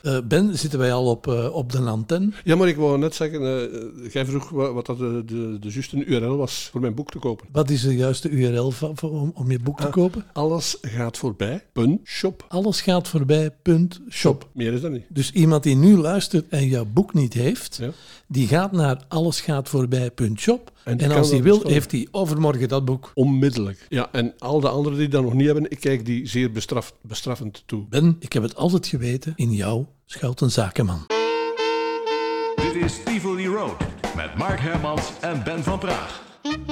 Ben, zitten wij al op de antenne? Ja, maar ik wou net zeggen, jij vroeg wat dat de juiste URL was voor mijn boek te kopen. Wat is de juiste URL om je boek te kopen? Alles gaat voorbij. .shop. Alles gaat voorbij. .shop. Meer is dat niet. Dus iemand die nu luistert en jouw boek niet heeft, Ja. die gaat naar allesgaatvoorbij.shop. En als hij wil, bestellen. heeft hij overmorgen dat boek. Onmiddellijk. Ja, en al de anderen die dat nog niet hebben, ik kijk die zeer bestraffend toe. Ben, ik heb het altijd geweten, in jou schuilt een zakenman. Dit is Tivoli Road met Mark Hermans en Ben van Praag.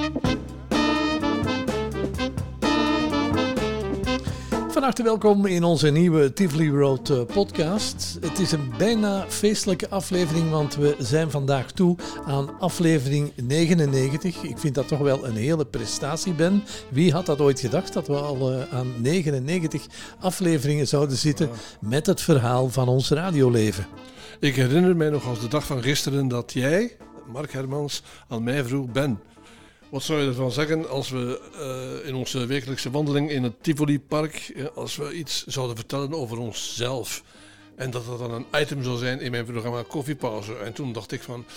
Van harte welkom in onze nieuwe Tivoli Road podcast. Het is een bijna feestelijke aflevering, want we zijn vandaag toe aan aflevering 99. Ik vind dat toch wel een hele prestatie, Ben. Wie had dat ooit gedacht, dat we al aan 99 afleveringen zouden zitten met het verhaal van ons radioleven? Ik herinner mij nog als de dag van gisteren dat jij, Mark Hermans, aan mij vroeg, Ben, wat zou je ervan zeggen als we in onze wekelijkse wandeling in het Tivoli-park, als we iets zouden vertellen over onszelf? En dat dan een item zou zijn in mijn programma Koffiepauze. En toen dacht ik van...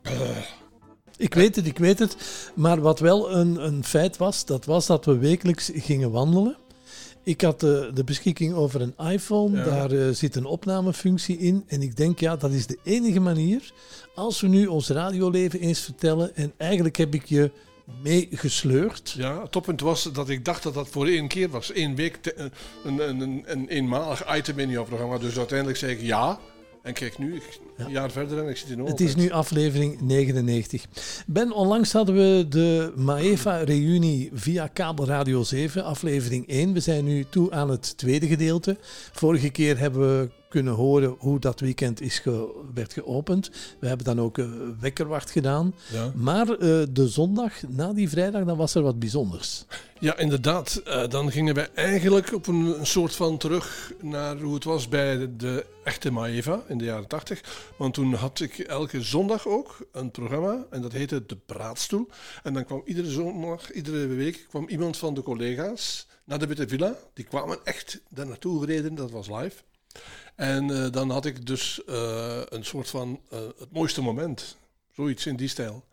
Ik weet het. Maar wat wel een feit was, dat we wekelijks gingen wandelen. Ik had de beschikking over een iPhone, Ja. Daar zit een opnamefunctie in. En ik denk, ja, dat is de enige manier. Als we nu ons radioleven eens vertellen, en eigenlijk heb ik je meegesleurd. Ja, het toppunt was dat ik dacht dat dat voor één keer was. 1 week, een eenmalig item in jouw programma. Dus uiteindelijk zei ik ja. En kijk nu, een jaar verder en ik zit in Holland. Het is nu aflevering 99. Ben, onlangs hadden we de Maeva-reunie via Kabel Radio 7, aflevering 1. We zijn nu toe aan het tweede gedeelte. Vorige keer hebben we kunnen horen hoe dat weekend werd geopend. We hebben dan ook wekkerwacht gedaan. Ja. Maar de zondag, na die vrijdag, dan was er wat bijzonders. Ja, inderdaad. Dan gingen wij eigenlijk op een soort van terug naar hoe het was bij de echte Maeva in de jaren 80. Want toen had ik elke zondag ook een programma en dat heette De Praatstoel. En dan kwam iedere zondag, iedere week, kwam iemand van de collega's naar de Witte Villa. Die kwamen echt daar naartoe gereden, dat was live. En dan had ik dus een soort van het mooiste moment. Zoiets in die stijl.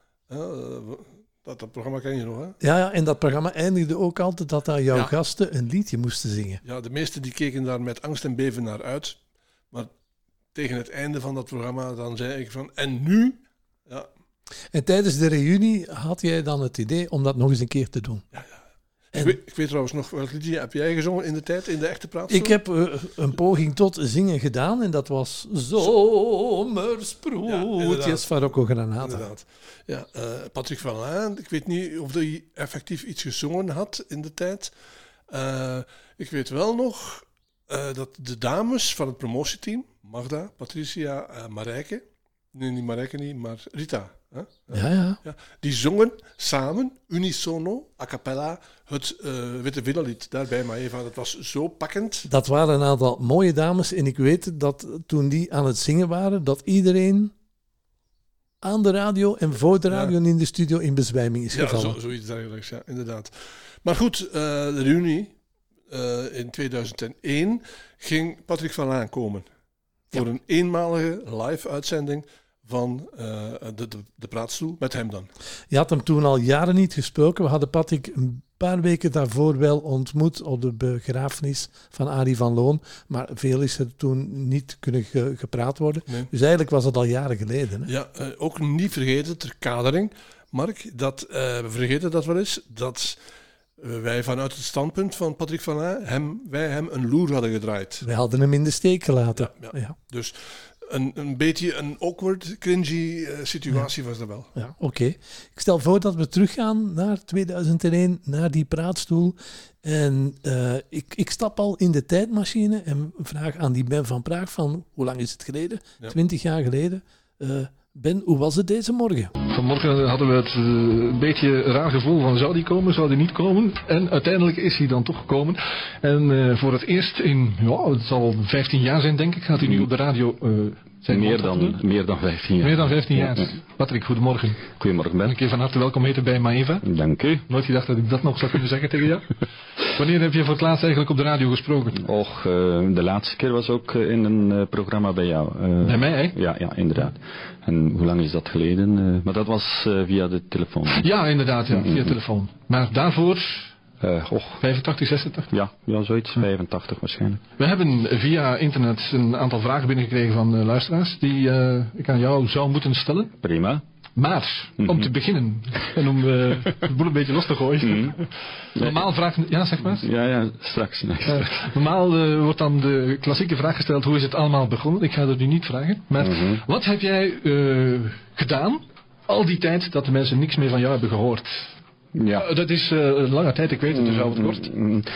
Dat programma ken je nog, hè? Ja, en dat programma eindigde ook altijd dat daar jouw gasten een liedje moesten zingen. Ja, de meesten die keken daar met angst en beven naar uit. Maar tegen het einde van dat programma dan zei ik van, en nu? Ja. En tijdens de reunie had jij dan het idee om dat nog eens een keer te doen? Ja. Ik weet trouwens nog, welk liedje heb jij gezongen in de tijd, in de echte praatstoel? Ik heb een poging tot zingen gedaan en dat was Zomersproetjes van Rocco Granata. Inderdaad. Ja, Patrick van Laan, ik weet niet of hij effectief iets gezongen had in de tijd. Ik weet wel nog dat de dames van het promotieteam, Magda, Patricia, Marijke, nee, niet Marijke niet, maar Rita. Hè? Ja. Ja, die zongen samen, unisono, a cappella, het Witte Villa-lied daar bij Maeva. Dat was zo pakkend. Dat waren een aantal mooie dames en ik weet dat toen die aan het zingen waren, dat iedereen aan de radio en voor de radio en in de studio in bezwijming is gevallen. Ja, zoiets dergelijks, ja, inderdaad. Maar goed, de reunie in 2001 ging Patrick van Laan komen. Voor een eenmalige live-uitzending van de praatstoel, met hem dan. Je had hem toen al jaren niet gesproken. We hadden Patrick een paar weken daarvoor wel ontmoet op de begrafenis van Arie van Loon. Maar veel is er toen niet kunnen gepraat worden. Nee. Dus eigenlijk was het al jaren geleden. Hè? Ja, ook niet vergeten, ter kadering, Mark, dat we vergeten dat wel eens, dat wij vanuit het standpunt van Patrick van Laan, wij hem een loer hadden gedraaid. Wij hadden hem in de steek gelaten. Ja. Dus een beetje een awkward, cringy situatie was dat wel. Ja, oké. Ik stel voor dat we teruggaan naar 2001, naar die praatstoel. En ik stap al in de tijdmachine en vraag aan die Ben van Praag van, hoe lang is het geleden? Ja. 20 jaar geleden. Ben, hoe was het deze morgen? Vanmorgen hadden we het een beetje een raar gevoel van zou die komen, zou die niet komen. En uiteindelijk is hij dan toch gekomen. En voor het eerst in, het zal 15 jaar zijn denk ik, gaat hij nu op de radio Meer dan 15 jaar. Meer dan 15 jaar. Ja. Patrick, goedemorgen. Goedemorgen, Ben. Een keer van harte welkom heten bij Maeva. Dank u. Nooit gedacht dat ik dat nog zou kunnen zeggen tegen jou. Wanneer heb je voor het laatst eigenlijk op de radio gesproken? De laatste keer was ook in een programma bij jou. Bij mij, hè? Ja, inderdaad. En hoe lang is dat geleden? Maar dat was via de telefoon. Ja, inderdaad, via telefoon. Maar daarvoor... 85, 86? Ja, zoiets. 85 waarschijnlijk. We hebben via internet een aantal vragen binnengekregen van luisteraars die ik aan jou zou moeten stellen. Prima. Maar, om te beginnen en om de boel een beetje los te gooien. Normaal vraagt... Ja, zeg maar. Ja, straks. Normaal wordt dan de klassieke vraag gesteld, hoe is het allemaal begonnen? Ik ga dat nu niet vragen. Maar wat heb jij gedaan al die tijd dat de mensen niks meer van jou hebben gehoord? Ja. Dat is een lange tijd, ik weet het, dus hou het kort.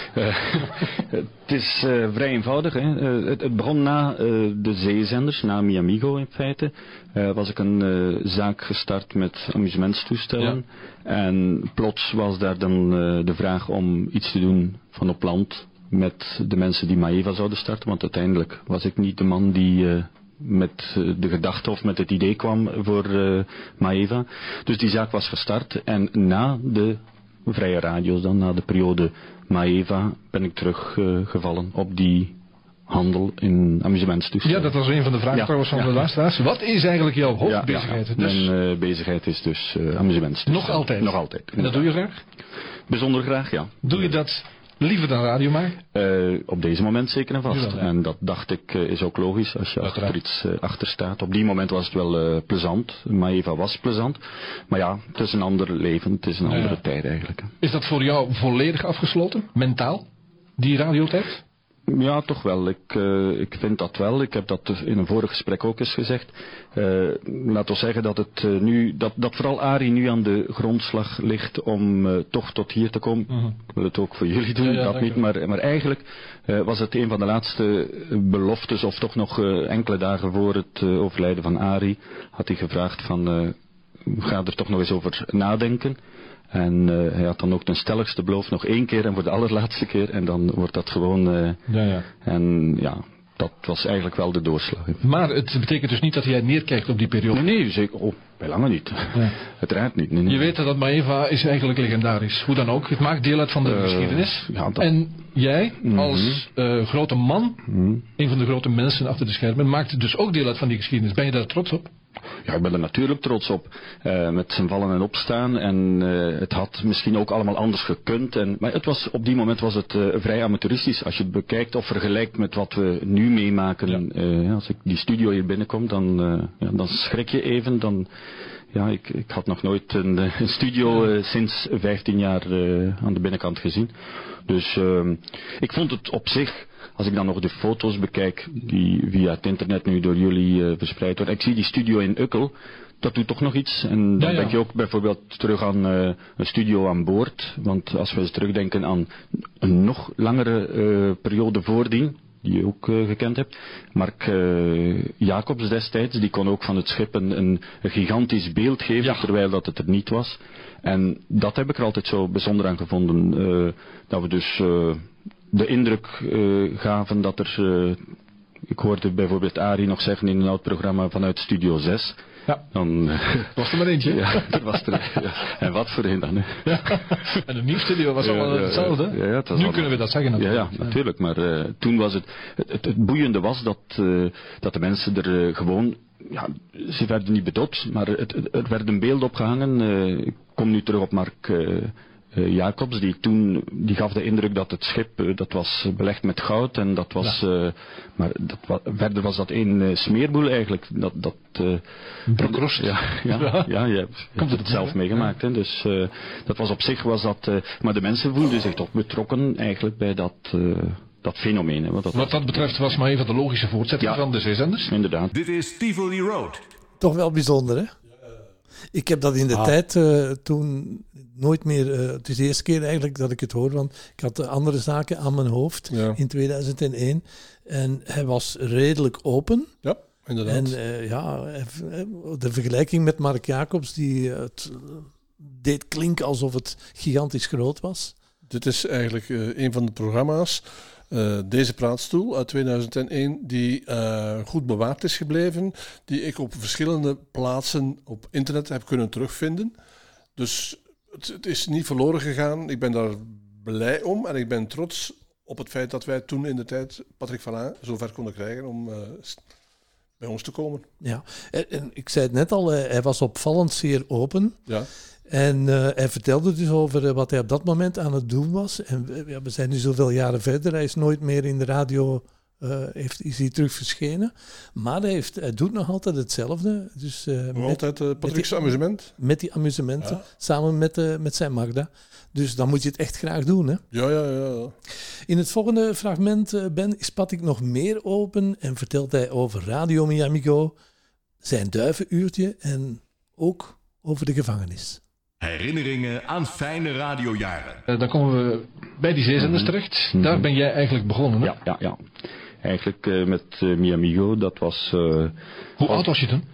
Het is vrij eenvoudig. Hè. Het begon na de zeezenders, na Miamigo in feite. Was ik een zaak gestart met amusementstoestellen. Ja. En plots was daar dan de vraag om iets te doen van op land met de mensen die Maeva zouden starten. Want uiteindelijk was ik niet de man die... met de gedachte of met het idee kwam voor Maeva. Dus die zaak was gestart en na de vrije radio's dan, na de periode Maeva, ben ik teruggevallen op die handel in amusementstoestellen. Ja, dat was een van de vragen trouwens van de luisteraars. Wat is eigenlijk jouw hoofdbezigheid? Mijn bezigheid is dus amusementstoestellen. Nog altijd? Nog altijd. En dat doe je graag? Bijzonder graag, ja. Doe je dat... Liever dan radio maar? Op deze moment zeker en vast. Ja. En dat dacht ik is ook logisch als je achter iets achter staat. Op die moment was het wel plezant. Maeva was plezant. Maar ja, het is een ander leven. Het is een andere tijd eigenlijk. Is dat voor jou volledig afgesloten? Mentaal? Die radiotijd? Ja, toch wel. Ik vind dat wel. Ik heb dat in een vorig gesprek ook eens gezegd. Laat ons zeggen dat het dat vooral Arie nu aan de grondslag ligt om toch tot hier te komen. Ik wil het ook voor jullie doen, dat niet. Maar eigenlijk was het een van de laatste beloftes, of toch nog enkele dagen voor het overlijden van Arie, had hij gevraagd van ga er toch nog eens over nadenken. En hij had dan ook ten stelligste beloofd nog 1 keer en voor de allerlaatste keer. En dan wordt dat gewoon... En ja, dat was eigenlijk wel de doorslag. Maar het betekent dus niet dat jij neerkijkt op die periode? Nee, zeker. Bij lange niet. Ja. Uiteraard niet. Nee. Je weet dat Maeva is eigenlijk legendarisch. Hoe dan ook. Het maakt deel uit van de geschiedenis. Ja, en jij, als grote man, een van de grote mensen achter de schermen, maakt dus ook deel uit van die geschiedenis. Ben je daar trots op? Ja, ik ben er natuurlijk trots op. Met zijn vallen en opstaan. En het had misschien ook allemaal anders gekund. Maar op die moment was het vrij amateuristisch. Als je het bekijkt of vergelijkt met wat we nu meemaken. Als ik die studio hier binnenkom, dan schrik je even. Ik had nog nooit een studio sinds 15 jaar aan de binnenkant gezien. Dus ik vond het op zich... Als ik dan nog de foto's bekijk die via het internet nu door jullie verspreid worden. Ik zie die studio in Ukkel. Dat doet toch nog iets. En dan denk je ook bijvoorbeeld terug aan een studio aan boord. Want als we eens terugdenken aan een nog langere periode voordien. Die je ook gekend hebt. Mark Jacobs destijds. Die kon ook van het schip een gigantisch beeld geven. Terwijl dat het er niet was. En dat heb ik er altijd zo bijzonder aan gevonden. Dat we dus... de indruk gaven dat er... ik hoorde bijvoorbeeld Arie nog zeggen in een oud programma vanuit Studio 6. Ja, dan was er maar eentje. Ja, er was er. Ja. En wat voor een dan. Hè? Ja. En een nieuw studio was allemaal hetzelfde. Het was nu kunnen we dat zeggen natuurlijk. Ja, natuurlijk. Maar toen was het boeiende was dat de mensen er gewoon... Ja, ze werden niet bedopt, maar er werd een beeld opgehangen. Ik kom nu terug op Mark... Jacobs, die gaf de indruk dat het schip, dat was belegd met goud en dat was, maar verder was dat één smeerboel eigenlijk. Broekrost. Je hebt het zelf meegemaakt. Hè, dus dat was op zich, maar de mensen voelden zich toch betrokken eigenlijk bij dat fenomeen. Hè, wat dat betreft was maar even de logische voortzetting van de zeezenders. Inderdaad. Dit is Tivoli Road. Toch wel bijzonder, hè? Ik heb dat in de tijd toen nooit meer... het is de eerste keer eigenlijk dat ik het hoor, want ik had andere zaken aan mijn hoofd in 2001. En hij was redelijk open. Ja, inderdaad. En de vergelijking met Mark Jacobs, die het deed klinken alsof het gigantisch groot was. Dit is eigenlijk een van de programma's deze praatstoel uit 2001, die goed bewaard is gebleven, die ik op verschillende plaatsen op internet heb kunnen terugvinden. Dus het is niet verloren gegaan. Ik ben daar blij om en ik ben trots op het feit dat wij toen in de tijd Patrick Vallin zover konden krijgen om bij ons te komen. Ja, en ik zei het net al, hij was opvallend zeer open. Ja. En hij vertelde dus over wat hij op dat moment aan het doen was. En we zijn nu zoveel jaren verder. Hij is nooit meer in de radio is hij terug verschenen. Maar hij doet nog altijd hetzelfde. Dus, altijd Patrick's amusement. Met die amusementen, samen met zijn Magda. Dus dan moet je het echt graag doen. Hè? Ja. In het volgende fragment, Ben, is Patrick nog meer open en vertelt hij over Radio Mi Amigo, zijn duivenuurtje en ook over de gevangenis. Herinneringen aan fijne radiojaren. Dan komen we bij die zeezenders terecht. Daar ben jij eigenlijk begonnen, hè? Ja. Eigenlijk met Mi Amigo, dat was... Hoe oud was je toen?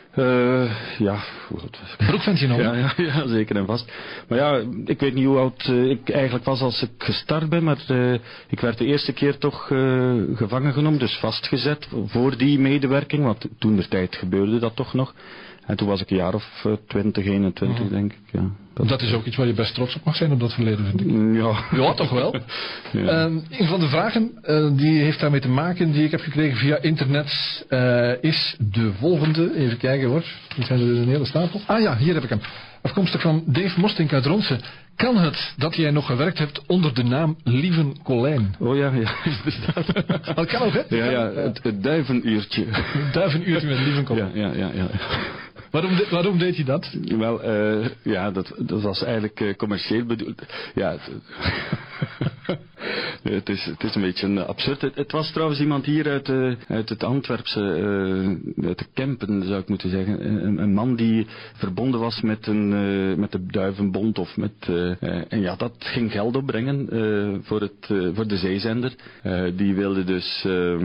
Broekventje nog? Ja, zeker en vast. Maar ja, ik weet niet hoe oud ik eigenlijk was als ik gestart ben, maar ik werd de eerste keer toch gevangen genomen, dus vastgezet voor die medewerking, want toen der tijd gebeurde dat toch nog. En toen was ik een jaar of 20, 21, denk ik. Ja. Dat is ook iets waar je best trots op mag zijn op dat verleden, vind ik. Ja, toch wel. Ja. Een van de vragen die heeft daarmee te maken, die ik heb gekregen via internet, is de volgende. Even kijken hoor. Hier zijn er een hele stapel. Ah ja, hier heb ik hem. Afkomstig van Dave Mostink uit Ronse. Kan het dat jij nog gewerkt hebt onder de naam Lieven Colijn? Oh ja, inderdaad. Dat kan ook, hè? Ja, het duivenuurtje. Het duivenuurtje met Lieven Colijn. Ja. Waarom deed je dat? Wel, dat was eigenlijk commercieel bedoeld. Ja, het is een beetje absurd. Het was trouwens iemand hier uit het Antwerpse, uit de Kempen zou ik moeten zeggen. Een man die verbonden was met de Duivenbond of en ja, dat ging geld opbrengen voor de zeezender. Die wilde dus...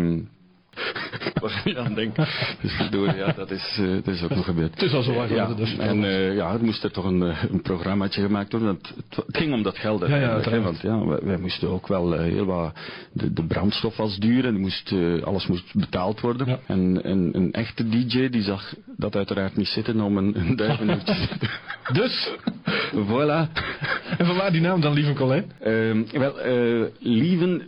Waar je aan denkt. Dus dat is ook nog gebeurd. Het is al zo lang geleden. Dus. En het moest er toch een programmaatje gemaakt worden. Want het ging om dat geld. Want wij moesten ook wel heel wat... De brandstof was duur en alles moest betaald worden. Ja. En een echte DJ die zag dat uiteraard niet zitten om een duivenuurtje te zetten. Dus? Voilà. En vanwaar die naam dan Lieven Colijn? Lieven...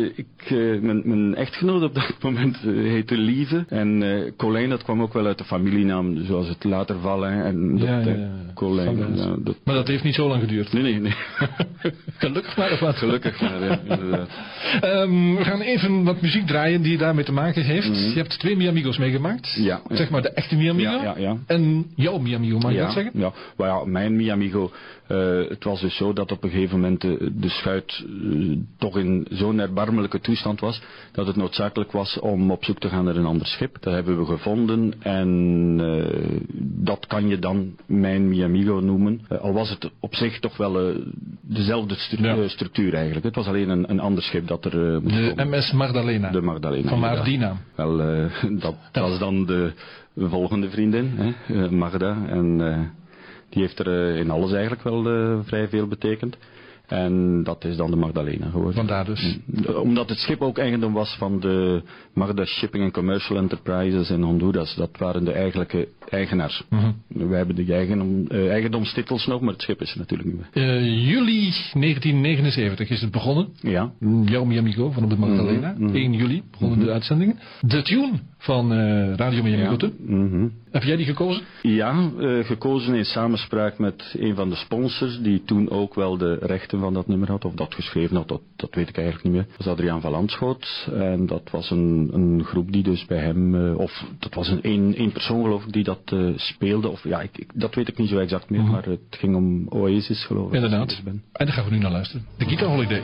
mijn echtgenoot op dat moment heette Lieve. En Colijn, dat kwam ook wel uit de familienaam, zoals het later vallen. En Colijn. Maar dat heeft niet zo lang geduurd. Nee. Gelukkig maar of wat? Gelukkig maar, ja, inderdaad. We gaan even wat muziek draaien die daarmee te maken heeft. Je hebt 2 Mi Amigos meegemaakt. Ja. Zeg maar de echte Mi Amigo. Ja. En jouw Mi Amigo, mag je dat zeggen? Ja, maar ja, mijn Mi Amigo. Het was dus zo dat op een gegeven moment de schuit toch in zo'n erbarmelijke toestand was dat het noodzakelijk was om op zoek te gaan naar een ander schip. Dat hebben we gevonden en dat kan je dan mijn Mi Amigo noemen. Al was het op zich toch wel dezelfde structuur eigenlijk. Het was alleen een ander schip dat er moest de komen. MS Magdalena. De Magdalena. Vanwaar die naam? Wel, dat was dan de volgende vriendin, Magda. En die heeft er in alles eigenlijk wel vrij veel betekend. En dat is dan de Magdalena geworden. Vandaar dus. Omdat het schip ook eigendom was van de Magda Shipping and Commercial Enterprises in Honduras. Dat waren de eigenlijke eigenaars. Wij hebben de eigendomstitels nog, maar het schip is er natuurlijk niet meer. Juli 1979 is het begonnen. Ja. Jouw Mi Amigo van op de Magdalena. 1 juli begonnen de uitzendingen. De tune van Radio Mi Amigo toen. Heb jij die gekozen? Ja, gekozen in samenspraak met een van de sponsors die toen ook wel de rechten van dat nummer had, of dat geschreven had, dat weet ik eigenlijk niet meer. Dat was Adriaan van Landschoot en dat was een groep die dus bij hem, of dat was één persoon geloof ik die dat speelde, of ja, dat weet ik niet zo exact meer, maar het ging om Oasis geloof ik. Inderdaad. En daar gaan we nu naar luisteren. De Guitar Holiday.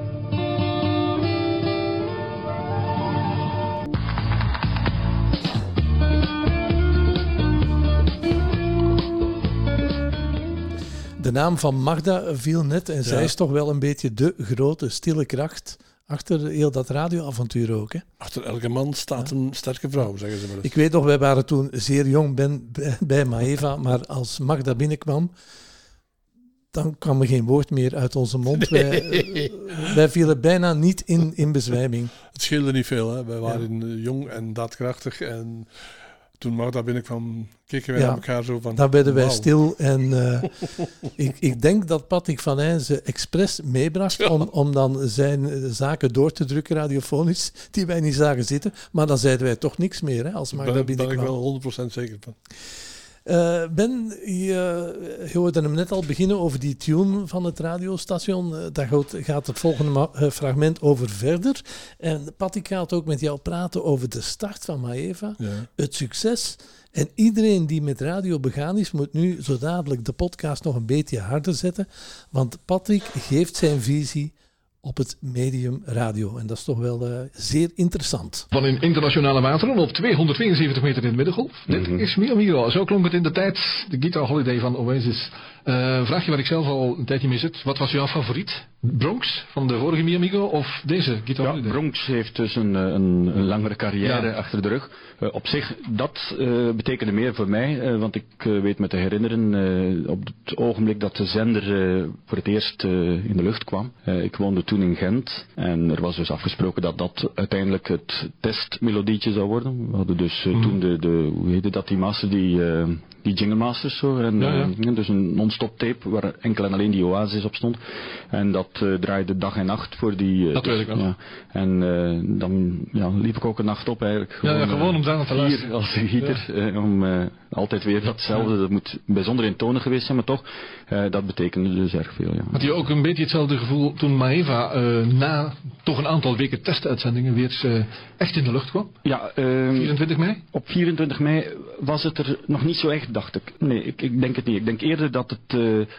De naam van Magda viel net en zij is toch wel een beetje de grote, stille kracht achter heel dat radioavontuur ook. Hè? Achter elke man staat een sterke vrouw, zeggen ze wel eens. Ik weet nog, wij waren toen zeer jong bij Maeva, maar als Magda binnenkwam, dan kwam er geen woord meer uit onze mond. Wij vielen bijna niet in bezwijming. Het scheelde niet veel. Hè. Wij waren jong en daadkrachtig. En toen Magda binnenkwam, keken wij naar elkaar zo van... Dan werden wij stil. En ik denk dat Patrick van Heijn ze expres meebracht om dan zijn zaken door te drukken radiofonisch, die wij niet zagen zitten. Maar dan zeiden wij toch niks meer, hè, als Magda binnenkwam. Daar ben ik wel 100% zeker van. Ben, je hoorde hem net al beginnen over die tune van het radiostation. Daar gaat het volgende fragment over verder. En Patrick gaat ook met jou praten over de start van Maeva, het succes. En iedereen die met radio begaan is, moet nu zo dadelijk de podcast nog een beetje harder zetten. Want Patrick geeft zijn visie op het medium radio. En dat is toch wel zeer interessant. Van in internationale wateren op 272 meter in de middengolf. Dit is Mio Mio. Zo klonk het in de tijd. De Guitar Holiday van Oasis. Vraagje waar ik zelf al een tijdje mee zit. Wat was jouw favoriet? Bronx van de vorige Mio Mio of deze Guitar Holiday? Bronx heeft dus een langere carrière achter de rug. Op zich, dat betekende meer voor mij. Want ik weet me te herinneren op het ogenblik dat de zender voor het eerst in de lucht kwam. Ik woonde toen in Gent. En er was dus afgesproken dat dat uiteindelijk het testmelodietje zou worden. We hadden dus toen hoe heette dat, die master, die Jingle Masters zo. En, dus een non-stop tape waar enkel en alleen die Oasis op stond. En dat draaide dag en nacht voor die... dat weet ik wel. Ja. En dan liep ik ook een nacht op eigenlijk. Gewoon om daar te luisteren. Hier als gieter. Om altijd weer datzelfde. Dat moet bijzonder eentonig geweest zijn, maar toch. Dat betekende dus erg veel. Ja. Had je ook een beetje hetzelfde gevoel toen Maeva na toch een aantal weken testuitzendingen weer echt in de lucht kwam? Ja. 24 mei? Op 24 mei was het er nog niet zo echt, dacht ik. Nee, ik denk het niet. Ik denk eerder dat het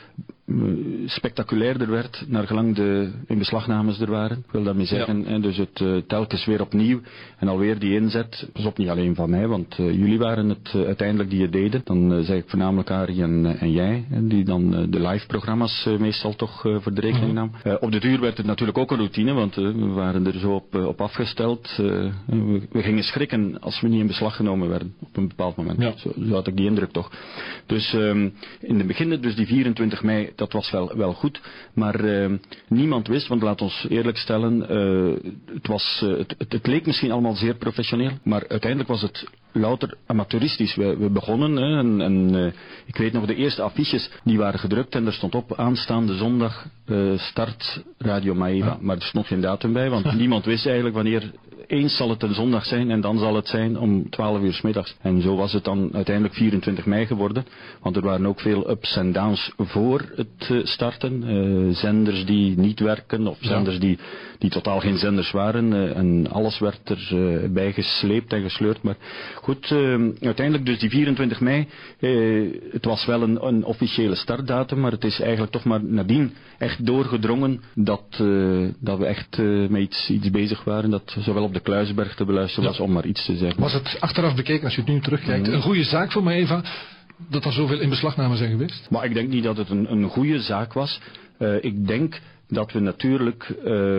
spectaculairder werd naar gelang de inbeslagnames er waren. Ik wil daarmee zeggen. En dus het telkens weer opnieuw en alweer die inzet. Pas op, niet alleen van mij, want jullie waren het uiteindelijk die het deden. Dan zeg ik voornamelijk Arie en jij, die dan de live programma's meestal toch voor de rekening nam. Op de duur werd het natuurlijk ook een routine, want we waren er zo op afgesteld. We gingen schrikken als we niet in beslag genomen werden op een bepaald moment. Ja. Zo had ik die indruk toch. Dus in het begin, dus die 24 mei, dat was wel goed, maar niemand wist, want laat ons eerlijk stellen, het leek misschien allemaal zeer professioneel, maar uiteindelijk was het louter amateuristisch. We begonnen en ik weet nog de eerste affiches die waren gedrukt en er stond op aanstaande zondag start Radio Maeva, maar er stond geen datum bij, want niemand wist eigenlijk wanneer. Eens zal het een zondag zijn en dan zal het zijn om 12 uur 's middags. En zo was het dan uiteindelijk 24 mei geworden. Want er waren ook veel ups en downs voor het starten. Zenders die niet werken of zenders die totaal geen zenders waren. En alles werd erbij gesleept en gesleurd. Maar goed, uiteindelijk dus die 24 mei. Het was wel een officiële startdatum, maar het is eigenlijk toch maar nadien echt doorgedrongen dat we echt met iets bezig waren. Dat zowel op de Kluisberg te beluisteren was, om maar iets te zeggen. Was het achteraf bekeken, als je het nu terugkijkt, een goede zaak voor Maeva dat er zoveel inbeslagnamen zijn geweest? Maar ik denk niet dat het een goede zaak was. Ik denk dat we natuurlijk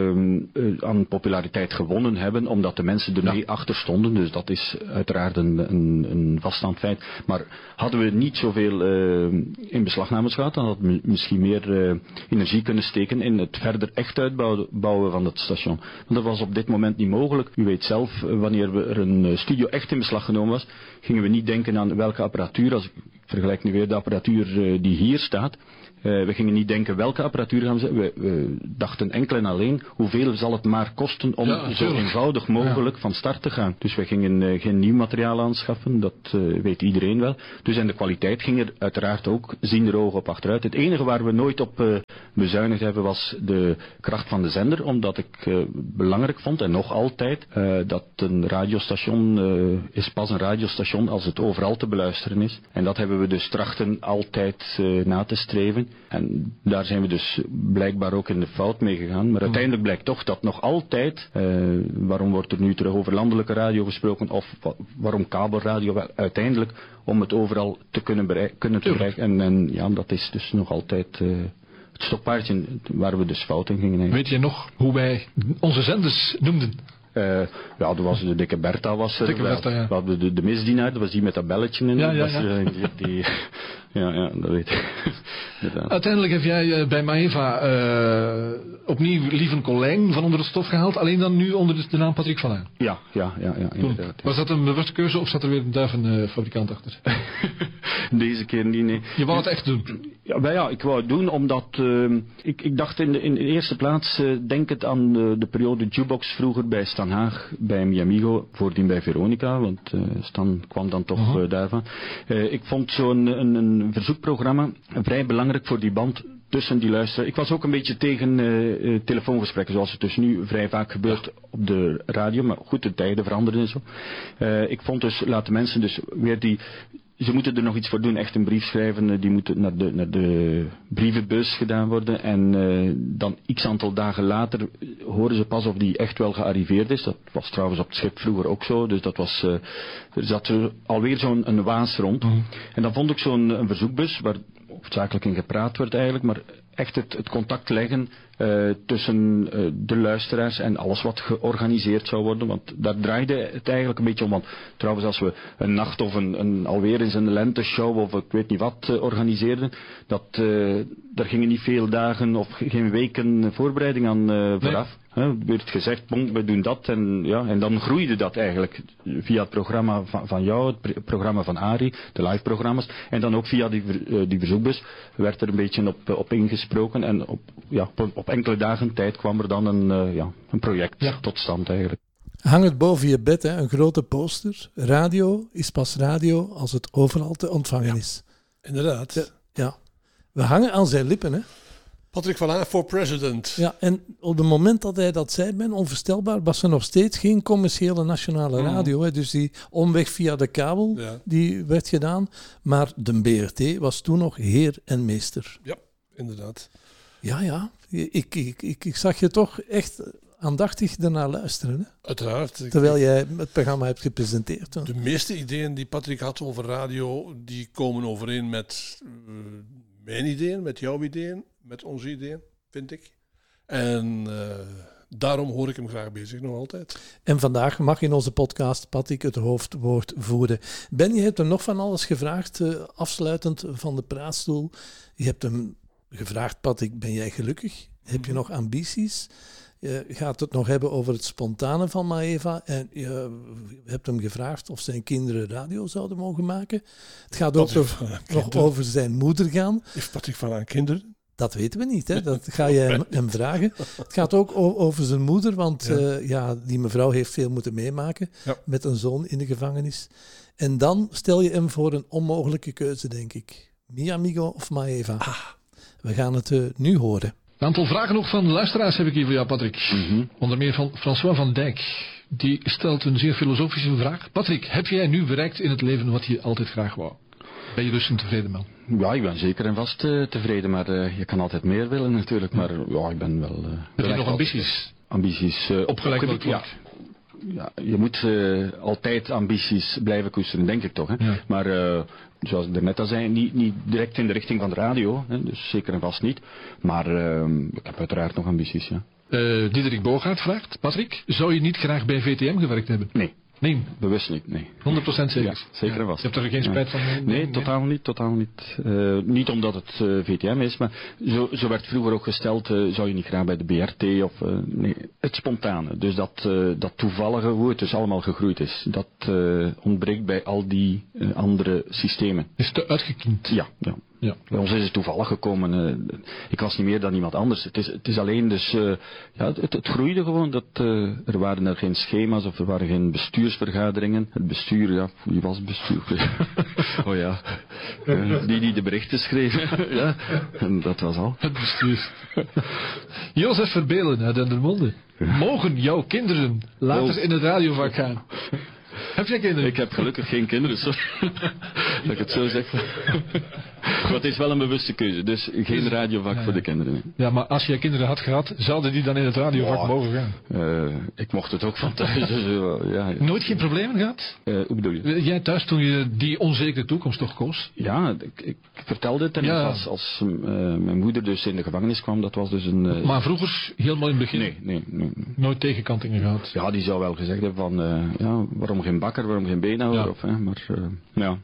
aan populariteit gewonnen hebben, omdat de mensen ermee achter stonden. Dus dat is uiteraard een vaststaand feit. Maar hadden we niet zoveel inbeslagnames gehad, dan hadden we misschien meer energie kunnen steken in het verder echt uitbouwen van het station. Want dat was op dit moment niet mogelijk. U weet zelf, wanneer er een studio echt in beslag genomen was, gingen we niet denken aan welke apparatuur, als ik vergelijk nu weer de apparatuur die hier staat. We gingen niet denken welke apparatuur gaan we zetten. We dachten enkel en alleen hoeveel zal het maar kosten om zo eenvoudig mogelijk van start te gaan. Dus we gingen geen nieuw materiaal aanschaffen, dat weet iedereen wel. Dus en de kwaliteit ging er uiteraard ook ziender ogen op achteruit. Het enige waar we nooit op bezuinigd hebben was de kracht van de zender, omdat ik belangrijk vond en nog altijd dat een radiostation is pas een radiostation als het overal te beluisteren is. En dat hebben we dus trachten altijd na te streven. En daar zijn we dus blijkbaar ook in de fout mee gegaan. Maar uiteindelijk blijkt toch dat nog altijd, waarom wordt er nu terug over landelijke radio gesproken, of waarom kabelradio, wel, uiteindelijk om het overal te kunnen bereiken. En ja, dat is dus nog altijd het stokpaardje waar we dus fout in gingen nemen. Weet je nog hoe wij onze zenders noemden? Ja, er was de Dikke Bertha was er. We hadden de misdienaar, dat was die met dat belletje in. Ja, dat weet ik. Uiteindelijk heb jij bij Maeva opnieuw Lieven Colijn van onder het stof gehaald, alleen dan nu onder de naam Patrick Valin. Ja, inderdaad. Was dat een bewuste keuze of zat er weer een duivenfabrikant achter? Deze keer niet, nee. Je wou het echt doen? Ja, ik wou het doen omdat ik dacht in de eerste plaats, denkend aan de periode jukebox vroeger bij Stan Haag, bij Mi Amigo, voordien bij Veronica, want Stan kwam dan toch daarvan. Ik vond zo'n een verzoekprogramma vrij belangrijk voor die band tussen die luisteraars. Ik was ook een beetje tegen telefoongesprekken, zoals het dus nu vrij vaak gebeurt op de radio, maar goed, de tijden veranderen en zo. Ik vond dus, laten mensen dus weer ze moeten er nog iets voor doen, echt een brief schrijven, die moeten naar de brievenbus gedaan worden en dan x aantal dagen later horen ze pas of die echt wel gearriveerd is. Dat was trouwens op het schip vroeger ook zo, dus dat was, er zat alweer zo'n waas rond. En dan vond ik zo'n verzoekbus, waar hoofdzakelijk in gepraat werd eigenlijk, maar echt het contact leggen tussen de luisteraars en alles wat georganiseerd zou worden, want daar draaide het eigenlijk een beetje om. Want trouwens, als we een nacht of alweer eens een lenteshow of ik weet niet wat organiseerden, daar gingen niet veel dagen of geen weken voorbereiding aan vooraf. Er werd gezegd, we doen dat en dan groeide dat eigenlijk via het programma van jou, het programma van Arie, de live programma's, en dan ook via die verzoekbus werd er een beetje op ingesproken en op enkele dagen tijd kwam er dan een project tot stand eigenlijk. Hang het boven je bed, een grote poster. Radio is pas radio als het overal te ontvangen is. Inderdaad. Ja. We hangen aan zijn lippen, hè. Patrick Valin for president. Ja, en op het moment dat hij dat zei, onvoorstelbaar, was er nog steeds geen commerciële nationale radio. Hè. Dus die omweg via de kabel, die werd gedaan. Maar de BRT was toen nog heer en meester. Ja, inderdaad. Ja. Ik zag je toch echt aandachtig ernaar luisteren. Hè? Uiteraard. Terwijl jij het programma hebt gepresenteerd. Hè? De meeste ideeën die Patrick had over radio, die komen overeen met mijn ideeën, met jouw ideeën, met onze ideeën, vind ik. En daarom hoor ik hem graag bezig, nog altijd. En vandaag mag in onze podcast Patrick het hoofdwoord voeren. Ben, je hebt hem nog van alles gevraagd, afsluitend van de praatstoel. Je hebt hem gevraagd, Patrick, ben jij gelukkig? Heb je nog ambities? Je gaat het nog hebben over het spontane van Maeva. En je hebt hem gevraagd of zijn kinderen radio zouden mogen maken. Het gaat ook nog over zijn moeder gaan. Heeft Patrick Valin kinderen? Dat weten we niet, hè? Dat ga je hem vragen. Het gaat ook over zijn moeder, want die mevrouw heeft veel moeten meemaken met een zoon in de gevangenis. En dan stel je hem voor een onmogelijke keuze, denk ik. Mi Amigo of Maeva? We gaan het nu horen. Een aantal vragen nog van luisteraars heb ik hier voor jou, Patrick. Onder meer van François van Dijk. Die stelt een zeer filosofische vraag. Patrick, heb jij nu bereikt in het leven wat je altijd graag wou? Ben je dus een tevreden man? Ja, ik ben zeker en vast tevreden, maar je kan altijd meer willen natuurlijk. Maar ik ben wel... Heb je nog ambities? Ambities op gelijk vlak? Ja, je moet altijd ambities blijven koesteren, denk ik toch. Hè? Ja. Maar zoals ik net al zei, niet direct in de richting van de radio, hè, dus zeker en vast niet. Maar ik heb uiteraard nog ambities, ja. Diederik Bogaert vraagt, Patrick, zou je niet graag bij VTM gewerkt hebben? Nee. Nee. Bewust niet, nee. 100% zeker? Ja, zeker en vast. Je hebt er geen spijt van? Nee, totaal niet. Niet omdat het VTM is, maar zo werd vroeger ook gesteld, zou je niet graag bij de BRT of... nee, het spontane. Dus dat toevallige, hoe het dus allemaal gegroeid is, dat ontbreekt bij al die andere systemen. Is te uitgekiend? Ja. Bij ons is het toevallig gekomen. Ik was niet meer dan iemand anders. Het is alleen dus... het groeide gewoon. Er waren er geen schema's of er waren geen bestuursvergaderingen. Het bestuur, wie was het bestuur? Oh ja. Die de berichten schreven. Ja. En dat was al. Het bestuur. Jozef Verbelen uit Dendermonde. Mogen jouw kinderen later in het radiovak gaan? Heb jij kinderen? Ik heb gelukkig geen kinderen, sorry. Dat ik het zo zeg. Maar het is wel een bewuste keuze, dus geen radiovak voor de kinderen. Nee. Ja, maar als jij kinderen had gehad, zouden die dan in het radiovak mogen gaan? Ik mocht het ook van thuis. Dus, Nooit geen problemen gehad? Hoe bedoel je? Jij thuis toen je die onzekere toekomst toch koos? Ja, ik vertelde het en als mijn moeder dus in de gevangenis kwam, dat was dus een... Maar vroeger, helemaal in het begin? Nee. Nooit tegenkantingen gehad? Ja, die zou wel gezegd hebben van, waarom geen bakker, waarom geen beenhouwer? Ja. Maar zo is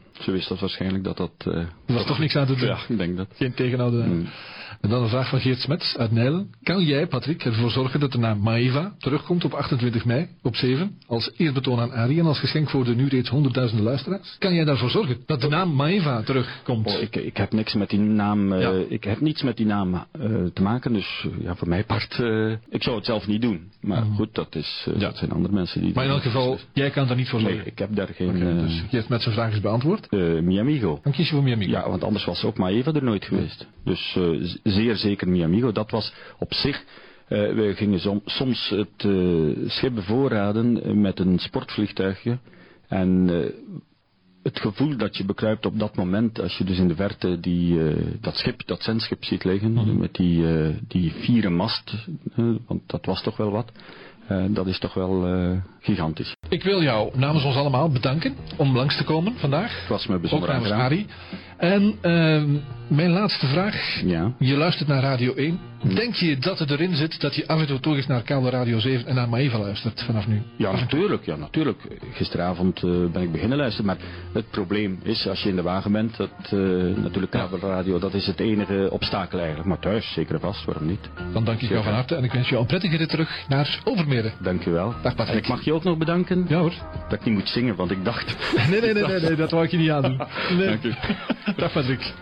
dat waarschijnlijk dat... Er was toch niks aan te doen. Ja, ik denk dat. Geen tegenhouden. En dan een vraag van Geert Smets uit Nijlen. Kan jij, Patrick, ervoor zorgen dat de naam Maeva terugkomt op 28 mei op 7 als eerbetoon aan Arie en als geschenk voor de nu reeds 100.000 luisteraars? Kan jij daarvoor zorgen dat de naam Maeva terugkomt? Ik heb niks met die naam, ik heb niets met die naam te maken, dus voor mijn part, ik zou het zelf niet doen. Maar goed, dat zijn andere mensen die... Maar in elk geval, jij kan daar niet voor zorgen? Nee, ik heb daar geen... dus Geert Smets zijn vraag is beantwoord? Miamigo. Dan kies je voor Miamigo. Ja, want anders was ook Maeva er nooit geweest. Dus zeer zeker Miamigo. Dat was op zich... we gingen soms het schip bevoorraden met een sportvliegtuigje. En het gevoel dat je bekruipt op dat moment, als je dus in de verte dat zendschip ziet liggen, met die 4 mast, want dat was toch wel wat. Dat is toch wel gigantisch. Ik wil jou namens ons allemaal bedanken om langs te komen vandaag. Het was me bijzonder ook namens aangenaam. Arie. En mijn laatste vraag. Ja. Je luistert naar Radio 1. Denk je dat het erin zit dat je af en toe toch eens naar kabel Radio 7 en naar Maeva luistert vanaf nu? Ja, natuurlijk. Gisteravond ben ik beginnen luisteren. Maar het probleem is, als je in de wagen bent, dat natuurlijk kabelradio, dat is het enige obstakel eigenlijk. Maar thuis, zeker en vast, waarom niet? Dan dank ik jou van harte en ik wens jou een prettige rit terug naar Overmeren. Dank u wel. Dag Patrick. En ik mag je ook nog bedanken. Ja hoor. Dat ik niet moet zingen, want ik dacht... Nee, dat wou ik je niet aandoen. Nee. Dank u. Dag Patrick.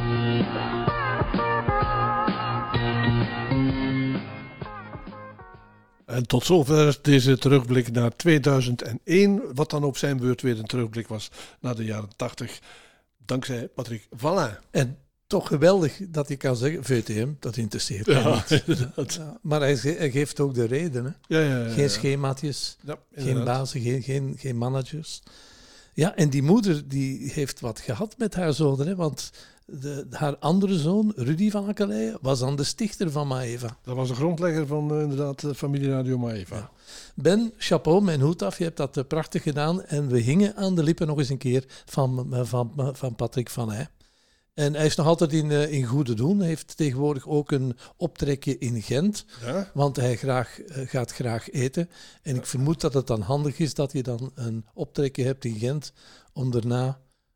En tot zover deze terugblik naar 2001, wat dan op zijn beurt weer een terugblik was naar de jaren 80. Dankzij Patrick Vallin. En toch geweldig dat hij kan zeggen, VTM, dat interesseert mij niet. Inderdaad. Ja, maar hij geeft ook de reden. Hè? Ja. Geen schemaatjes, Ja, geen bazen, geen managers. Ja, en die moeder die heeft wat gehad met haar zonen, hè? Want haar andere zoon, Rudy van Akkeleien, was dan de stichter van Maeva. Dat was de grondlegger van inderdaad familie Radio Maeva. Ja. Ben, chapeau, mijn hoed af, je hebt dat prachtig gedaan. En we hingen aan de lippen nog eens een keer van Patrick Vallin. En hij is nog altijd in goede doen. Hij heeft tegenwoordig ook een optrekje in Gent. Ja? Want hij gaat graag eten. En ik vermoed dat het dan handig is dat je dan een optrekje hebt in Gent. Om daarna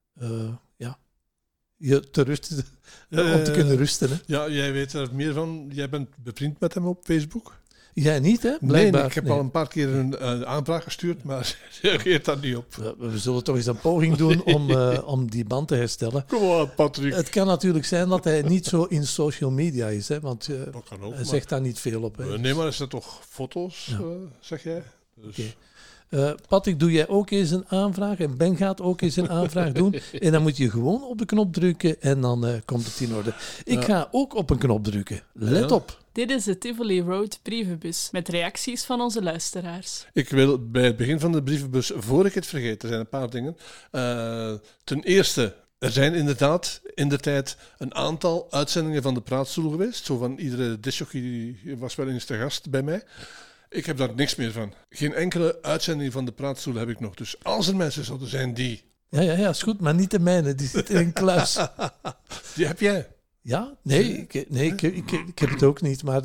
je te rusten. Om te kunnen rusten. Hè? Ja, jij weet er meer van. Jij bent bevriend met hem op Facebook? Jij niet, hè? Blijkbaar. Nee, ik heb al een paar keer een aanvraag gestuurd, maar hij reageert daar niet op. We zullen toch eens een poging doen om die band te herstellen. Kom op, Patrick. Het kan natuurlijk zijn dat hij niet zo in social media is, hè, want Dat kan ook, hij zegt daar niet veel op. Hè. Nee, maar is dat toch foto's, zeg jij? Dus. Okay. Patrick, doe jij ook eens een aanvraag en Ben gaat ook eens een aanvraag doen. En dan moet je gewoon op de knop drukken en dan komt het in orde. Ik ga ook op een knop drukken. Let op. Dit is de Tivoli Road brievenbus met reacties van onze luisteraars. Ik wil bij het begin van de brievenbus, voor ik het vergeet, er zijn een paar dingen. Ten eerste, er zijn inderdaad in de tijd een aantal uitzendingen van de Praatstoel geweest. Zo van iedere discjockey was wel eens te gast bij mij. Ik heb daar niks meer van. Geen enkele uitzending van de Praatstoel heb ik nog. Dus als er mensen zouden zijn die... Ja, is goed, maar niet de mijne. Die zit in een kluis. Die heb jij? Ja? Nee, ik heb het ook niet, maar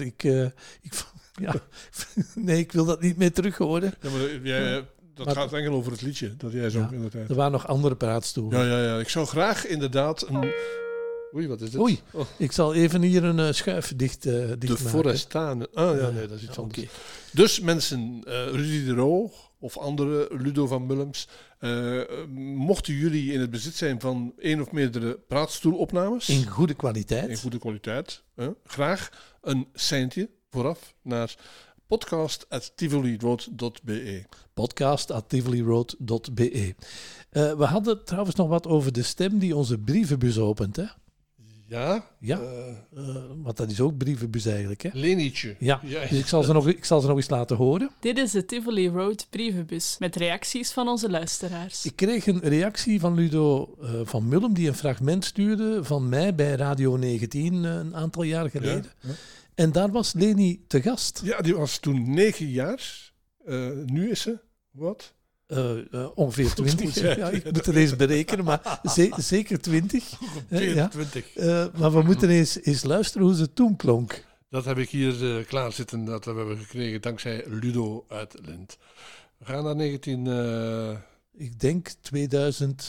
ik wil dat niet meer terug horen. Ja, maar dat gaat enkel over het liedje dat jij zong in de tijd. Er waren nog andere praatstoelen. Ja. Ik zou graag inderdaad een... Oei, wat is dit? Oei, ik zal even hier een schuif dicht de maken. Forestane. Nee, dat is iets anders. Okay. Dus mensen, Rudy de Roo of andere, Ludo van Mullems, mochten jullie in het bezit zijn van één of meerdere praatstoelopnames. In goede kwaliteit. In goede kwaliteit. Graag een seintje vooraf naar podcast@tivoliroad.be. podcast@tivoliroad.be. We hadden trouwens nog wat over de stem die onze brievenbus opent, hè? Ja? Want dat is ook brievenbus eigenlijk, hè? Lenietje. Ja, Ja. dus ik zal ze nog eens laten horen. Dit is de Tivoli Road brievenbus met reacties van onze luisteraars. Ik kreeg een reactie van Ludo van Mullem, die een fragment stuurde van mij bij Radio 19 een aantal jaar geleden. Ja. En daar was Leni te gast. Ja, die was toen 9 jaar. Nu is ze, wat? Ongeveer 20. Ja, ik moet er eens berekenen, maar zeker 20. 24. Maar we moeten eens luisteren hoe ze toen klonk. Dat heb ik hier klaar zitten. Dat hebben we gekregen dankzij Ludo uit Lint. We gaan naar 19... Ik denk 2000.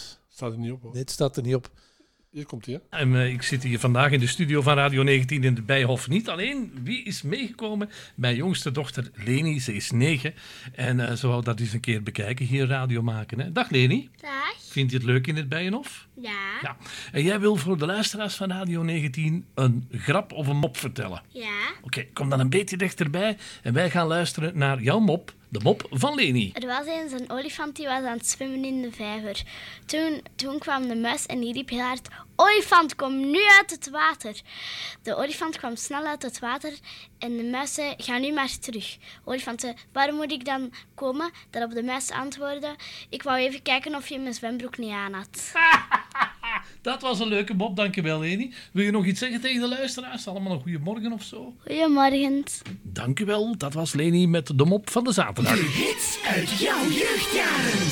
Staat er niet op, hoor. Nee, het staat er niet op. Hier komt hij, hè? En ik zit hier vandaag in de studio van Radio 19 in het Bijenhof. Niet alleen, wie is meegekomen? Mijn jongste dochter Leni, ze is 9. En ze wou dat eens een keer bekijken, hier radio maken. Hè? Dag Leni. Dag. Vind je het leuk in het Bijenhof? Ja. Ja. En jij wil voor de luisteraars van Radio 19 een grap of een mop vertellen. Ja. Oké, kom dan een beetje dichterbij en wij gaan luisteren naar jouw mop. De mop van Leni. Er was eens een olifant die was aan het zwemmen in de vijver. Toen kwam de muis en die riep heel hard: olifant, kom nu uit het water. De olifant kwam snel uit het water en de muis zei: ga nu maar terug. Olifant zei: waarom moet ik dan komen? Daarop de muis antwoordde: ik wou even kijken of je mijn zwembroek niet aan had. Dat was een leuke mop, dankjewel Leni. Wil je nog iets zeggen tegen de luisteraars? Allemaal een goeiemorgen of zo? Goedemorgen. Dankjewel, dat was Leni met de mop van de zaterdag. De hits uit jouw jeugdjaren.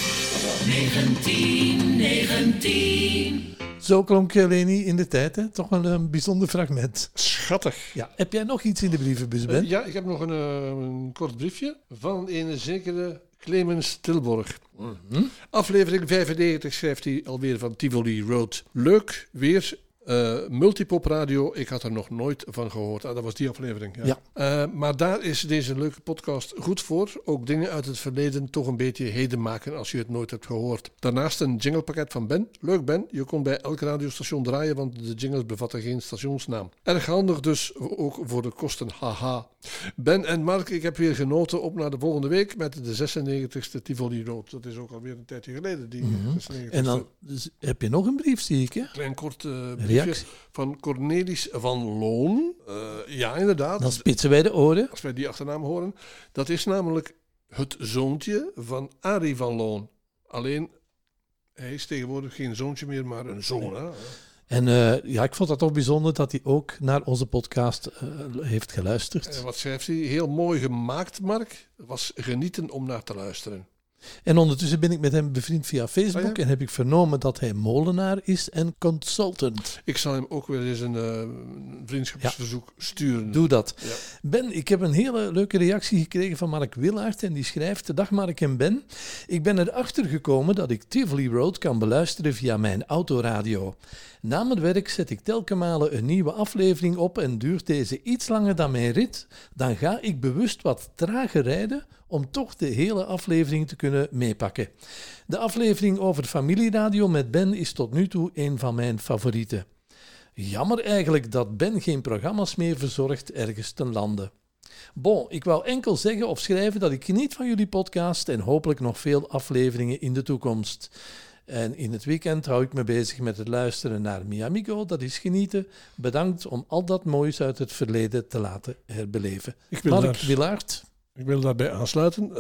1919. Zo klonk Leni in de tijd, hè? Toch wel een bijzonder fragment. Schattig. Ja, heb jij nog iets in de brievenbus, Ben? Ja, ik heb nog een kort briefje van een zekere Clemens Tilborg. Aflevering 95 schrijft hij alweer van Tivoli Road. Leuk, weer multipop radio. Ik had er nog nooit van gehoord. Dat was die aflevering. Ja. Maar daar is deze leuke podcast goed voor. Ook dingen uit het verleden toch een beetje heden maken als je het nooit hebt gehoord. Daarnaast een jinglepakket van Ben. Leuk Ben, je kon bij elk radiostation draaien, want de jingles bevatten geen stationsnaam. Erg handig dus, ook voor de kosten. Haha. Ben en Mark, ik heb weer genoten. Op naar de volgende week met de 96e Tivoli Road. Dat is ook alweer een tijdje geleden. Die 96e. En dan heb je nog een brief, zie ik, hè? Klein kort briefje Reactie. van Cornelis van Loon. Ja, inderdaad. Dan spitsen wij de oren. Als wij die achternaam horen. Dat is namelijk het zoontje van Arie van Loon. Alleen, hij is tegenwoordig geen zoontje meer, maar een zoon. Hè? En ik vond dat toch bijzonder dat hij ook naar onze podcast heeft geluisterd. En wat schrijft hij? Heel mooi gemaakt, Mark. Was genieten om naar te luisteren. En ondertussen ben ik met hem bevriend via Facebook en heb ik vernomen dat hij molenaar is en consultant. Ik zal hem ook wel eens een vriendschapsverzoek sturen. Doe dat. Ja. Ben, ik heb een hele leuke reactie gekregen van Mark Willaert en die schrijft: dag Mark en Ben, ik ben erachter gekomen dat ik Tivoli Road kan beluisteren via mijn autoradio. Na mijn werk zet ik telkens malen een nieuwe aflevering op en duurt deze iets langer dan mijn rit. Dan ga ik bewust wat trager rijden om toch de hele aflevering te kunnen meepakken. De aflevering over familieradio met Ben is tot nu toe een van mijn favorieten. Jammer eigenlijk dat Ben geen programma's meer verzorgt ergens ten lande. Bon, ik wou enkel zeggen of schrijven dat ik geniet van jullie podcast en hopelijk nog veel afleveringen in de toekomst. En in het weekend hou ik me bezig met het luisteren naar Mi Amigo, dat is genieten. Bedankt om al dat moois uit het verleden te laten herbeleven. Mark Willaert. Ik wil daarbij aansluiten.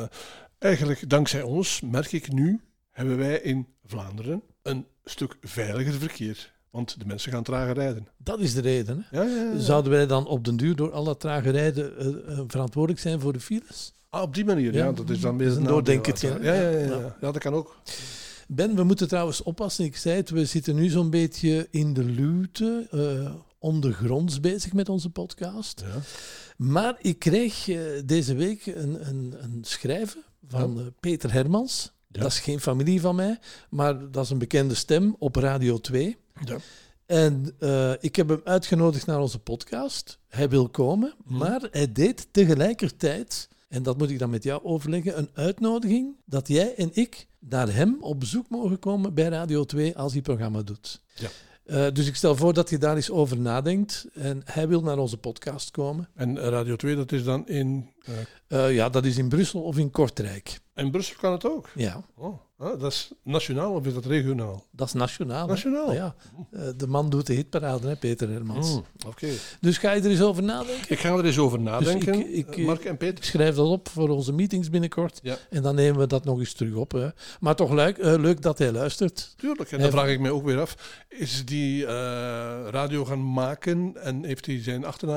Eigenlijk dankzij ons, merk ik nu, hebben wij in Vlaanderen een stuk veiliger verkeer. Want de mensen gaan trager rijden. Dat is de reden. Hè? Ja. Zouden wij dan op den duur door al dat trage rijden verantwoordelijk zijn voor de files? Op die manier, ja. Dat is dan weer een doordenkertje. Ja, dat kan ook. Ben, we moeten trouwens oppassen. Ik zei het, we zitten nu zo'n beetje in de luwte, ondergronds bezig met onze podcast. Ja. Maar ik kreeg deze week een schrijven van Peter Hermans. Ja. Dat is geen familie van mij, maar dat is een bekende stem op Radio 2. Ja. En ik heb hem uitgenodigd naar onze podcast. Hij wil komen, maar hij deed tegelijkertijd, en dat moet ik dan met jou overleggen, een uitnodiging dat jij en ik naar hem op bezoek mogen komen bij Radio 2 als hij programma doet. Ja. Dus ik stel voor dat je daar eens over nadenkt. En hij wil naar onze podcast komen. En Radio 2, dat is dan in... dat is in Brussel of in Kortrijk. En Brussel kan het ook? Ja. Oh, dat is nationaal of is dat regionaal? Dat is nationaal. Nationaal? Ja. De man doet de hitparade, hè, Peter Hermans. Oké. Dus ga je er eens over nadenken? Ik ga er eens over nadenken, Dus Mark en Peter. Ik schrijf dat op voor onze meetings binnenkort. Ja. En dan nemen we dat nog eens terug op. Hè. Maar toch leuk dat hij luistert. Tuurlijk. En dan vraag ik mij ook weer af. Is die radio gaan maken en heeft hij zijn achternaam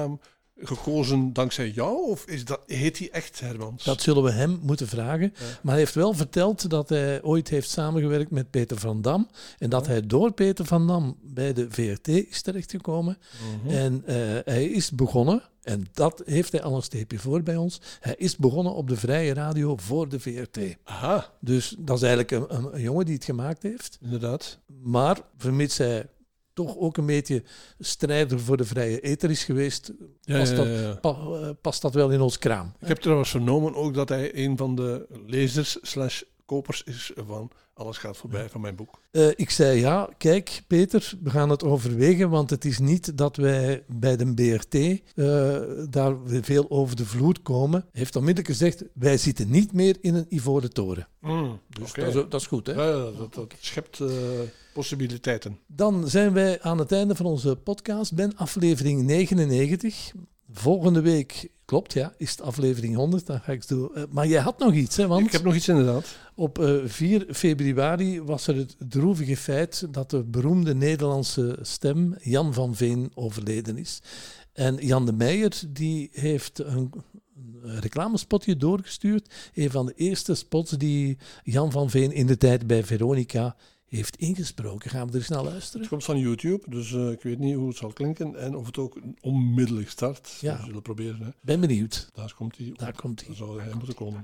gekozen dankzij jou? Of heet hij echt Hermans? Dat zullen we hem moeten vragen. Ja. Maar hij heeft wel verteld dat hij ooit heeft samengewerkt met Peter van Dam. En dat hij door Peter van Dam bij de VRT is terechtgekomen. En hij is begonnen, en dat heeft hij al een steepje voor bij ons. Hij is begonnen op de vrije radio voor de VRT. Aha. Dus dat is eigenlijk een jongen die het gemaakt heeft. Inderdaad. Maar vermits hij toch ook een beetje strijder voor de vrije ether is geweest, past dat wel in ons kraam. Ik heb trouwens vernomen ook dat hij een van de lezers/kopers is van Alles gaat voorbij van mijn boek. Ik zei ja, kijk Peter, we gaan het overwegen, want het is niet dat wij bij de BRT daar veel over de vloer komen. Hij heeft onmiddellijk gezegd, wij zitten niet meer in een ivoren toren. Dus dat is goed, hè? Ja, dat schept possibiliteiten. Dan zijn wij aan het einde van onze podcast, aflevering 99. Volgende week, klopt ja, is het aflevering 100. Dan ga ik doen. Maar jij had nog iets, hè? Want ik heb nog iets inderdaad. Op 4 februari was er het droevige feit dat de beroemde Nederlandse stem Jan van Veen overleden is. En Jan de Meijer die heeft een reclamespotje doorgestuurd. Een van de eerste spots die Jan van Veen in de tijd bij Veronica heeft ingesproken. Gaan we er eens naar luisteren? Het komt van YouTube, dus ik weet niet hoe het zal klinken en of het ook onmiddellijk start. Ja. We zullen proberen. Hè. Ben benieuwd. Daar komt hij. Daar komt hij. Dan zou hij moeten komen.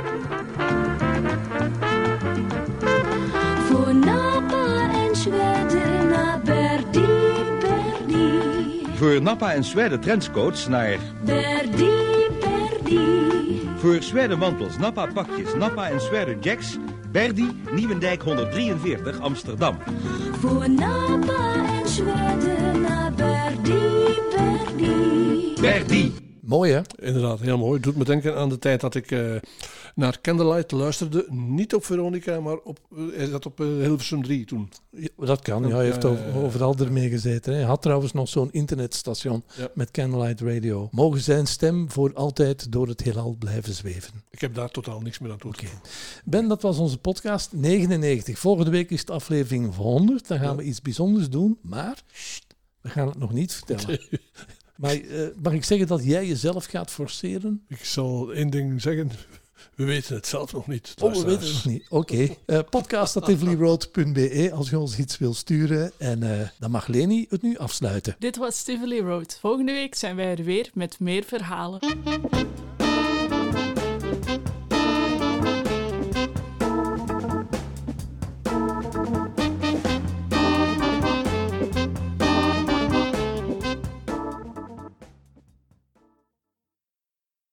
Voor Napa en Zweden naar Berdi, Berdi. Voor Nappa en Zweden trenchcoats naar Berdi, Berdi. Voor Zweden mantels, Nappa pakjes, Nappa en Zweden jacks, Berdi, Nieuwendijk 143, Amsterdam. Voor Napa en Zweden naar Berdi, Berdi. Berdi. Mooi, hè? Inderdaad, heel mooi. Het doet me denken aan de tijd dat ik naar Candlelight luisterde. Niet op Veronica, maar hij zat op Hilversum 3 toen. Ja, dat kan, ja. Hij heeft overal ermee gezeten. Hè. Hij had trouwens nog zo'n internetstation met Candlelight Radio. Mogen zijn stem voor altijd door het heelal blijven zweven. Ik heb daar totaal niks meer aan toe. Ben, dat was onze podcast 99. Volgende week is het aflevering 100. Dan gaan we iets bijzonders doen. Maar we gaan het nog niet vertellen. Maar mag ik zeggen dat jij jezelf gaat forceren? Ik zal één ding zeggen. We weten het zelf nog niet. We weten het nog niet. Oké. Podcast@tivoliroad.be als je ons iets wil sturen. En dan mag Leni het nu afsluiten. Dit was Tivoli Road. Volgende week zijn wij er weer met meer verhalen.